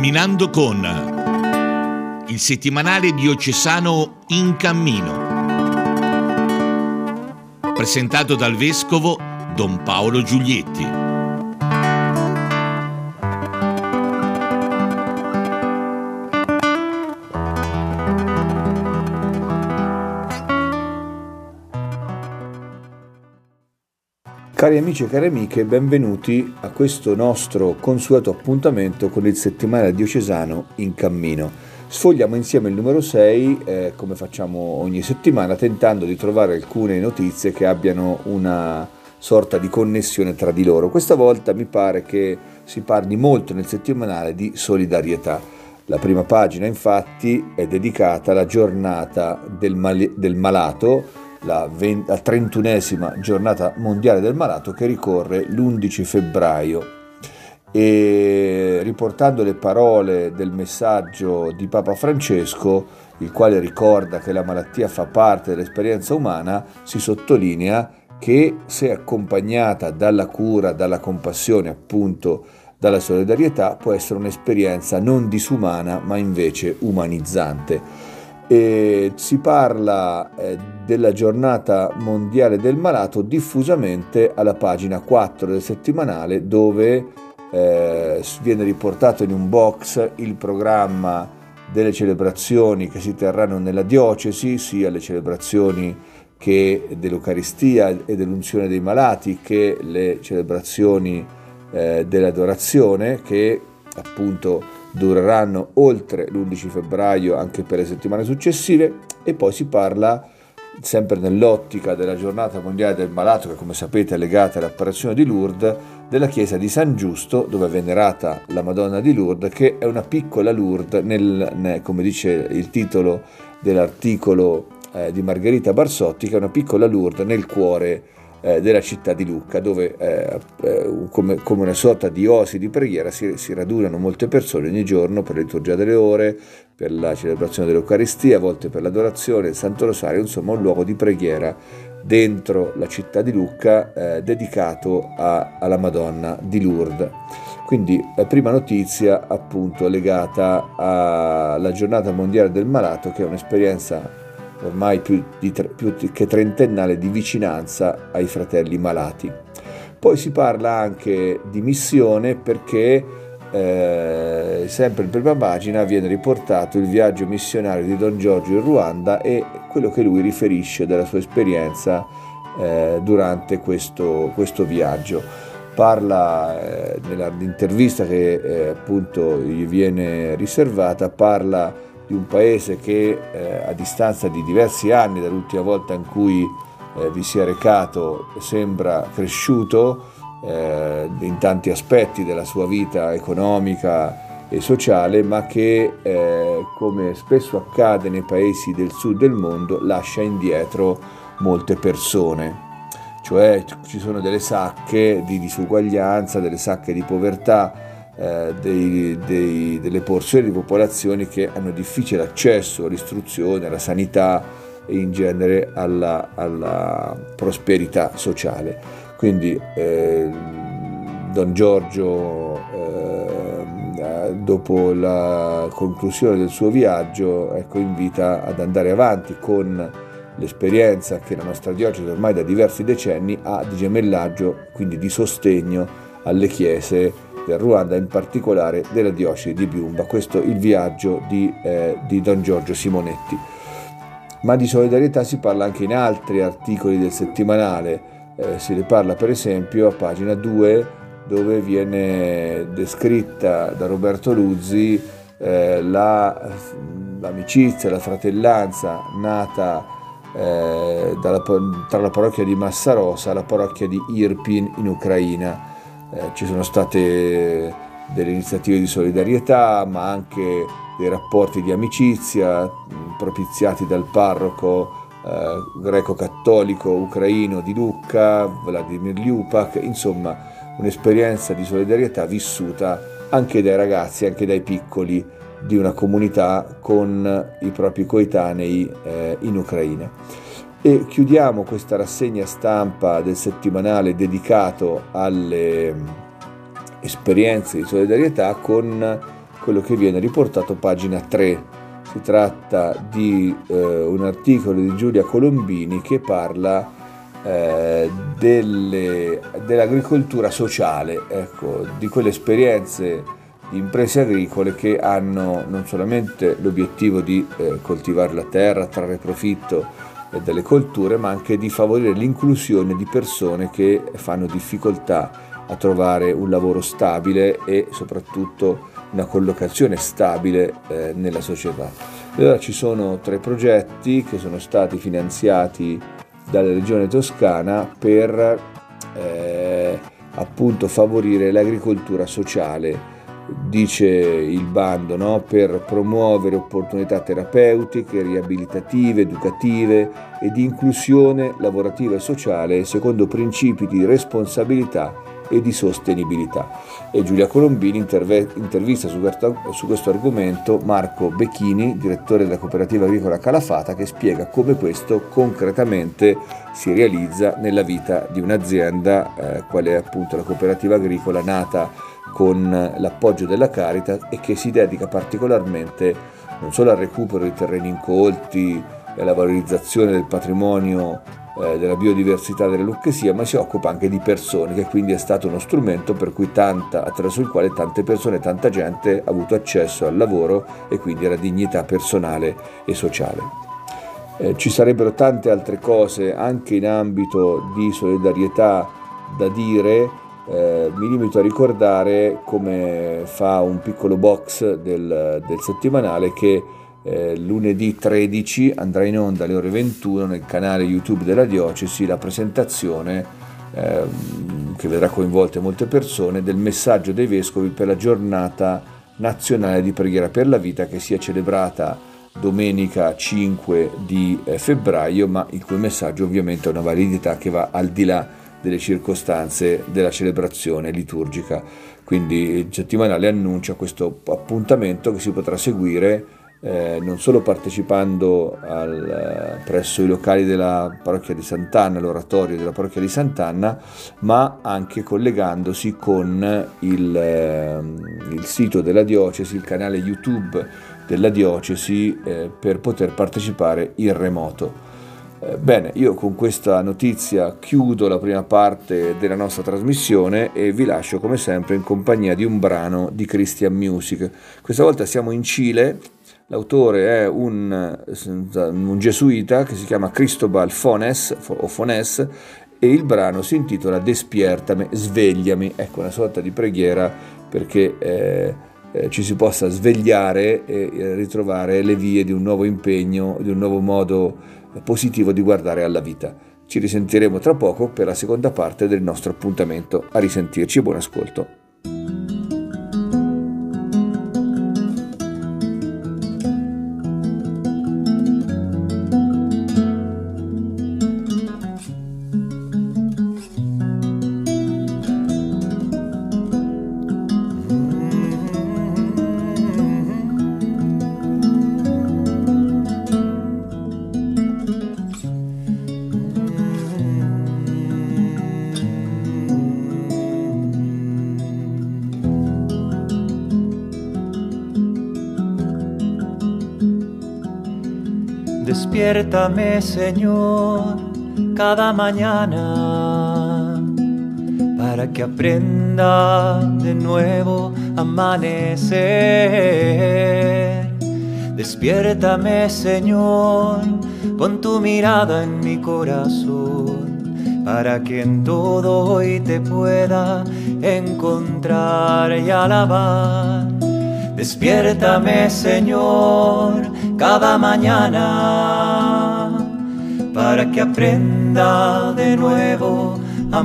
Camminando con il settimanale diocesano In Cammino, presentato dal vescovo Don Paolo Giulietti. Cari amici e cari amiche, benvenuti a questo nostro consueto appuntamento con il settimanale diocesano In Cammino. Sfogliamo insieme il numero 6, come facciamo ogni settimana, tentando di trovare alcune notizie che abbiano una sorta di connessione tra di loro. Questa volta mi pare che si parli molto nel settimanale di solidarietà. La prima pagina infatti è dedicata alla giornata del malato, la 31esima giornata mondiale del malato, che ricorre l'11 febbraio, e riportando le parole del messaggio di Papa Francesco, il quale ricorda che la malattia fa parte dell'esperienza umana, si sottolinea che, se accompagnata dalla cura, dalla compassione, appunto dalla solidarietà, può essere un'esperienza non disumana ma invece umanizzante. E si parla della giornata mondiale del malato diffusamente alla pagina 4 del settimanale, dove viene riportato in un box il programma delle celebrazioni che si terranno nella diocesi, sia le celebrazioni dell'Eucaristia e dell'unzione dei malati, che le celebrazioni dell'adorazione, che appunto dureranno oltre l'11 febbraio anche per le settimane successive. E poi si parla, sempre nell'ottica della giornata mondiale del malato, che come sapete è legata all'apparizione di Lourdes, della chiesa di San Giusto, dove è venerata la Madonna di Lourdes, che è una piccola Lourdes, come dice il titolo dell'articolo di Margherita Barsotti, che è una piccola Lourdes nel cuore della città di Lucca, dove come una sorta di oasi di preghiera si radunano molte persone ogni giorno per la liturgia delle ore, per la celebrazione dell'Eucaristia, a volte per l'adorazione, il Santo Rosario, insomma un luogo di preghiera dentro la città di Lucca dedicato alla Madonna di Lourdes. Quindi la prima notizia appunto legata alla giornata mondiale del malato, che è un'esperienza ormai più che trentennale di vicinanza ai fratelli malati. Poi si parla anche di missione, perché sempre in prima pagina viene riportato il viaggio missionario di Don Giorgio in Ruanda e quello che lui riferisce della sua esperienza durante questo viaggio. Parla nell'intervista che appunto gli viene riservata, parla di un paese che a distanza di diversi anni dall'ultima volta in cui vi si è recato sembra cresciuto in tanti aspetti della sua vita economica e sociale, ma che come spesso accade nei paesi del sud del mondo lascia indietro molte persone. Cioè ci sono delle sacche di disuguaglianza, delle sacche di povertà, delle porzioni di popolazioni che hanno difficile accesso all'istruzione, alla sanità e in genere alla prosperità sociale. Quindi Don Giorgio, dopo la conclusione del suo viaggio, invita ad andare avanti con l'esperienza che la nostra diocesi ormai da diversi decenni ha di gemellaggio, quindi di sostegno alle chiese del Ruanda, in particolare della diocesi di Byumba. Questo è il viaggio di Don Giorgio Simonetti. Ma di solidarietà si parla anche in altri articoli del settimanale. Se ne parla per esempio a pagina 2, dove viene descritta da Roberto Luzzi l'amicizia, la fratellanza nata tra la parrocchia di Massarosa e la parrocchia di Irpin in Ucraina. Ci sono state delle iniziative di solidarietà, ma anche dei rapporti di amicizia propiziati dal parroco greco-cattolico ucraino di Lucca, Vladimir Liupak. Insomma, un'esperienza di solidarietà vissuta anche dai ragazzi, anche dai piccoli di una comunità con i propri coetanei in Ucraina. E chiudiamo questa rassegna stampa del settimanale dedicato alle esperienze di solidarietà con quello che viene riportato pagina 3. Si tratta di un articolo di Giulia Colombini che parla dell'agricoltura sociale, ecco, di quelle esperienze di imprese agricole che hanno non solamente l'obiettivo di coltivare la terra, trarre profitto dalle colture, ma anche di favorire l'inclusione di persone che fanno difficoltà a trovare un lavoro stabile e soprattutto una collocazione stabile nella società. Allora ci sono 3 progetti che sono stati finanziati dalla Regione Toscana per appunto favorire l'agricoltura sociale. Dice il bando, no? Per promuovere opportunità terapeutiche, riabilitative, educative e di inclusione lavorativa e sociale secondo principi di responsabilità e di sostenibilità. E Giulia Colombini intervista su questo argomento Marco Becchini, direttore della cooperativa agricola Calafata, che spiega come questo concretamente si realizza nella vita di un'azienda qual è appunto la cooperativa agricola nata con l'appoggio della Caritas e che si dedica particolarmente non solo al recupero di terreni incolti e alla valorizzazione del patrimonio della biodiversità della Lucchesia, ma si occupa anche di persone, che quindi è stato uno strumento per cui attraverso il quale tante persone, tanta gente ha avuto accesso al lavoro e quindi alla dignità personale e sociale. Ci sarebbero tante altre cose anche in ambito di solidarietà da dire. Mi limito a ricordare, come fa un piccolo box del settimanale, che lunedì 13 andrà in onda alle ore 21 nel canale YouTube della Diocesi la presentazione che vedrà coinvolte molte persone del messaggio dei vescovi per la giornata nazionale di preghiera per la vita, che si è celebrata domenica 5 di febbraio, ma il cui messaggio ovviamente ha una validità che va al di là delle circostanze della celebrazione liturgica. Quindi il settimanale annuncia questo appuntamento che si potrà seguire non solo partecipando presso i locali della parrocchia di Sant'Anna, l'oratorio della parrocchia di Sant'Anna, ma anche collegandosi con il sito della diocesi, il canale YouTube della diocesi, per poter partecipare in remoto. Bene, io con questa notizia chiudo la prima parte della nostra trasmissione e vi lascio come sempre in compagnia di un brano di Christian Music. Questa volta siamo in Cile, l'autore è un gesuita che si chiama Cristobal Fones e il brano si intitola Despiértame, svegliami, ecco, una sorta di preghiera perché ci si possa svegliare e ritrovare le vie di un nuovo impegno, di un nuovo modo positivo di guardare alla vita. Ci risentiremo tra poco per la seconda parte del nostro appuntamento. A risentirci e buon ascolto. Despiértame, Señor, cada mañana para que aprenda de nuevo a amanecer. Despiértame, Señor, pon tu mirada en mi corazón para que en todo hoy te pueda encontrar y alabar. Despiértame, Señor, cada mañana para que aprenda de nuevo a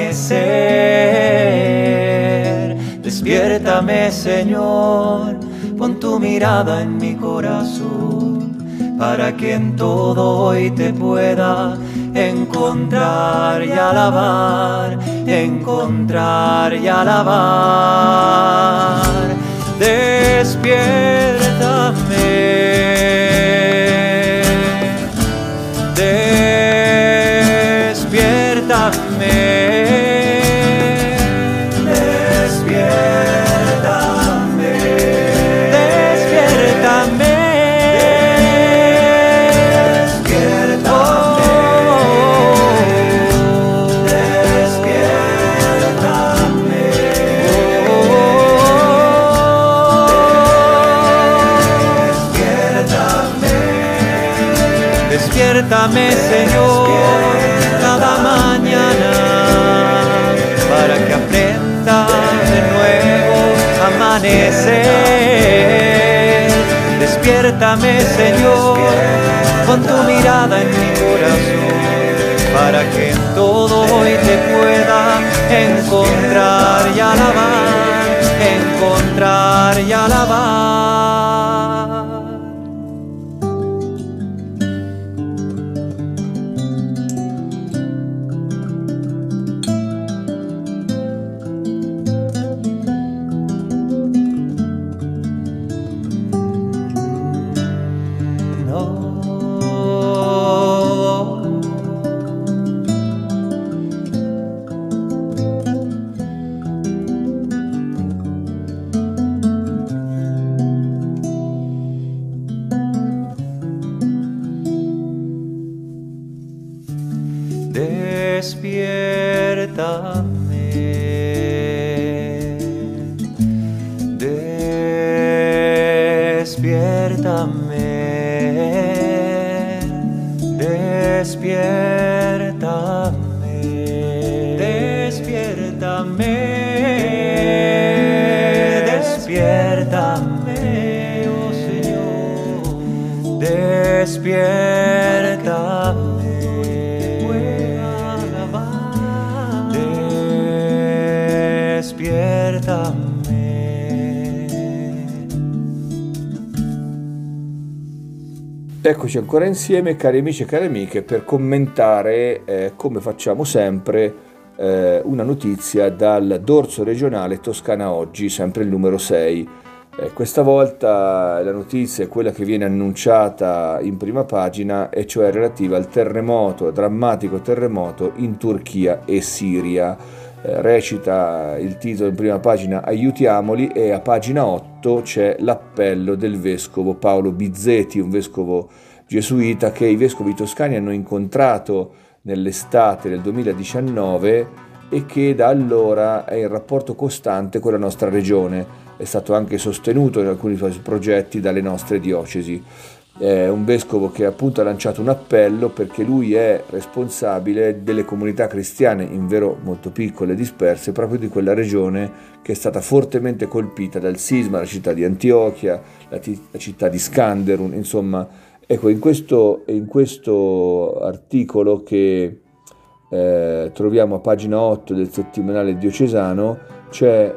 amanecer. Despiértame, Señor, pon tu mirada en mi corazón para que en todo hoy te pueda encontrar y alabar, encontrar y alabar. Despiértame, despiértame, despiértame, despiértame, Señor, cada mañana, para que aprenda de nuevo a amanecer. Despiértame, Señor, con tu mirada en mi corazón, para que en todo hoy te pueda encontrar y alabar, encontrar y alabar. Eccoci ancora insieme, cari amici e cari amiche, per commentare, come facciamo sempre, una notizia dal dorso regionale Toscana Oggi, sempre il numero 6. Questa volta la notizia è quella che viene annunciata in prima pagina, e cioè relativa al terremoto, drammatico terremoto in Turchia e Siria. Recita il titolo in prima pagina: aiutiamoli, e a pagina 8 c'è l'appello del vescovo Paolo Bizzeti, un vescovo gesuita che i vescovi toscani hanno incontrato nell'estate del 2019 e che da allora è in rapporto costante con la nostra regione. È stato anche sostenuto in alcuni suoi progetti dalle nostre diocesi. È un vescovo che appunto ha lanciato un appello perché lui è responsabile delle comunità cristiane, invero molto piccole e disperse, proprio di quella regione che è stata fortemente colpita dal sisma, la città di Antiochia, la città di Skanderun, insomma. Ecco, in questo articolo che troviamo a pagina 8 del settimanale diocesano c'è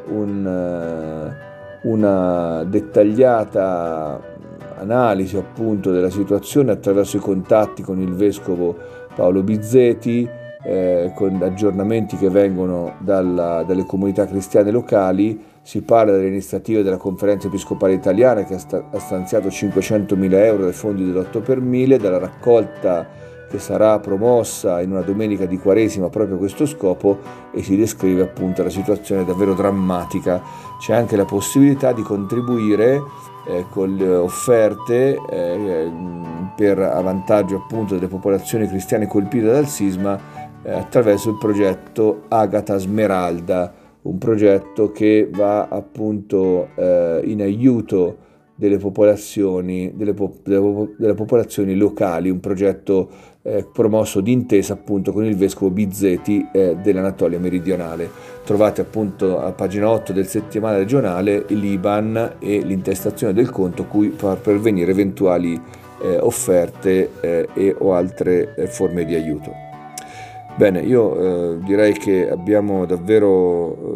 una dettagliata analisi appunto della situazione attraverso i contatti con il vescovo Paolo Bizzeti, con aggiornamenti che vengono dalle comunità cristiane locali. Si parla delle iniziative della Conferenza Episcopale Italiana, che ha stanziato 500.000 euro dai fondi dell'8 per 1000, dalla raccolta che sarà promossa in una domenica di Quaresima proprio a questo scopo, e si descrive appunto la situazione davvero drammatica. C'è anche la possibilità di contribuire con le offerte per a vantaggio appunto delle popolazioni cristiane colpite dal sisma, attraverso il progetto Agata Smeralda, un progetto che va appunto in aiuto delle popolazioni locali, un progetto promosso d'intesa appunto con il vescovo Bizzeti dell'Anatolia meridionale. Trovate appunto a pagina 8 del settimanale regionale l'IBAN e l'intestazione del conto cui far pervenire eventuali offerte e o altre forme di aiuto. Bene, io direi che abbiamo davvero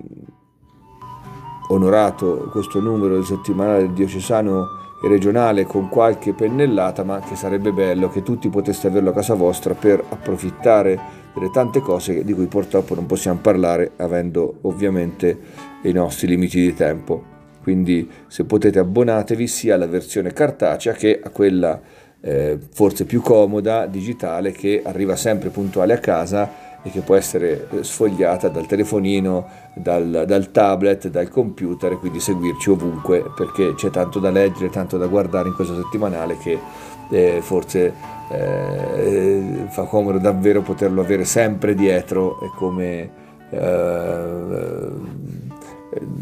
onorato questo numero del settimanale diocesano e regionale con qualche pennellata, ma che sarebbe bello che tutti poteste averlo a casa vostra per approfittare delle tante cose di cui purtroppo non possiamo parlare, avendo ovviamente i nostri limiti di tempo. Quindi se potete abbonatevi sia alla versione cartacea che a quella forse più comoda, digitale, che arriva sempre puntuale a casa e che può essere sfogliata dal telefonino, dal tablet, dal computer, e quindi seguirci ovunque, perché c'è tanto da leggere, tanto da guardare in questo settimanale che forse fa comodo davvero poterlo avere sempre dietro, e come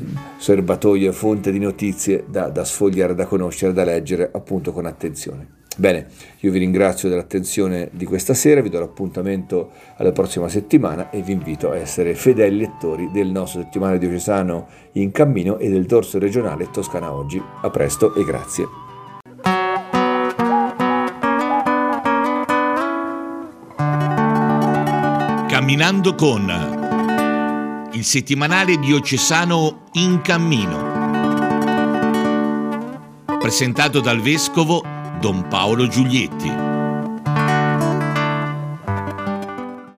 serbatoio e fonte di notizie da sfogliare, da conoscere, da leggere appunto con attenzione. Bene, io vi ringrazio dell'attenzione di questa sera, vi do l'appuntamento alla prossima settimana e vi invito a essere fedeli lettori del nostro settimanale diocesano In Cammino e del dorso regionale Toscana Oggi. A presto e grazie. Camminando con il settimanale diocesano In Cammino, presentato dal vescovo Don Paolo Giulietti.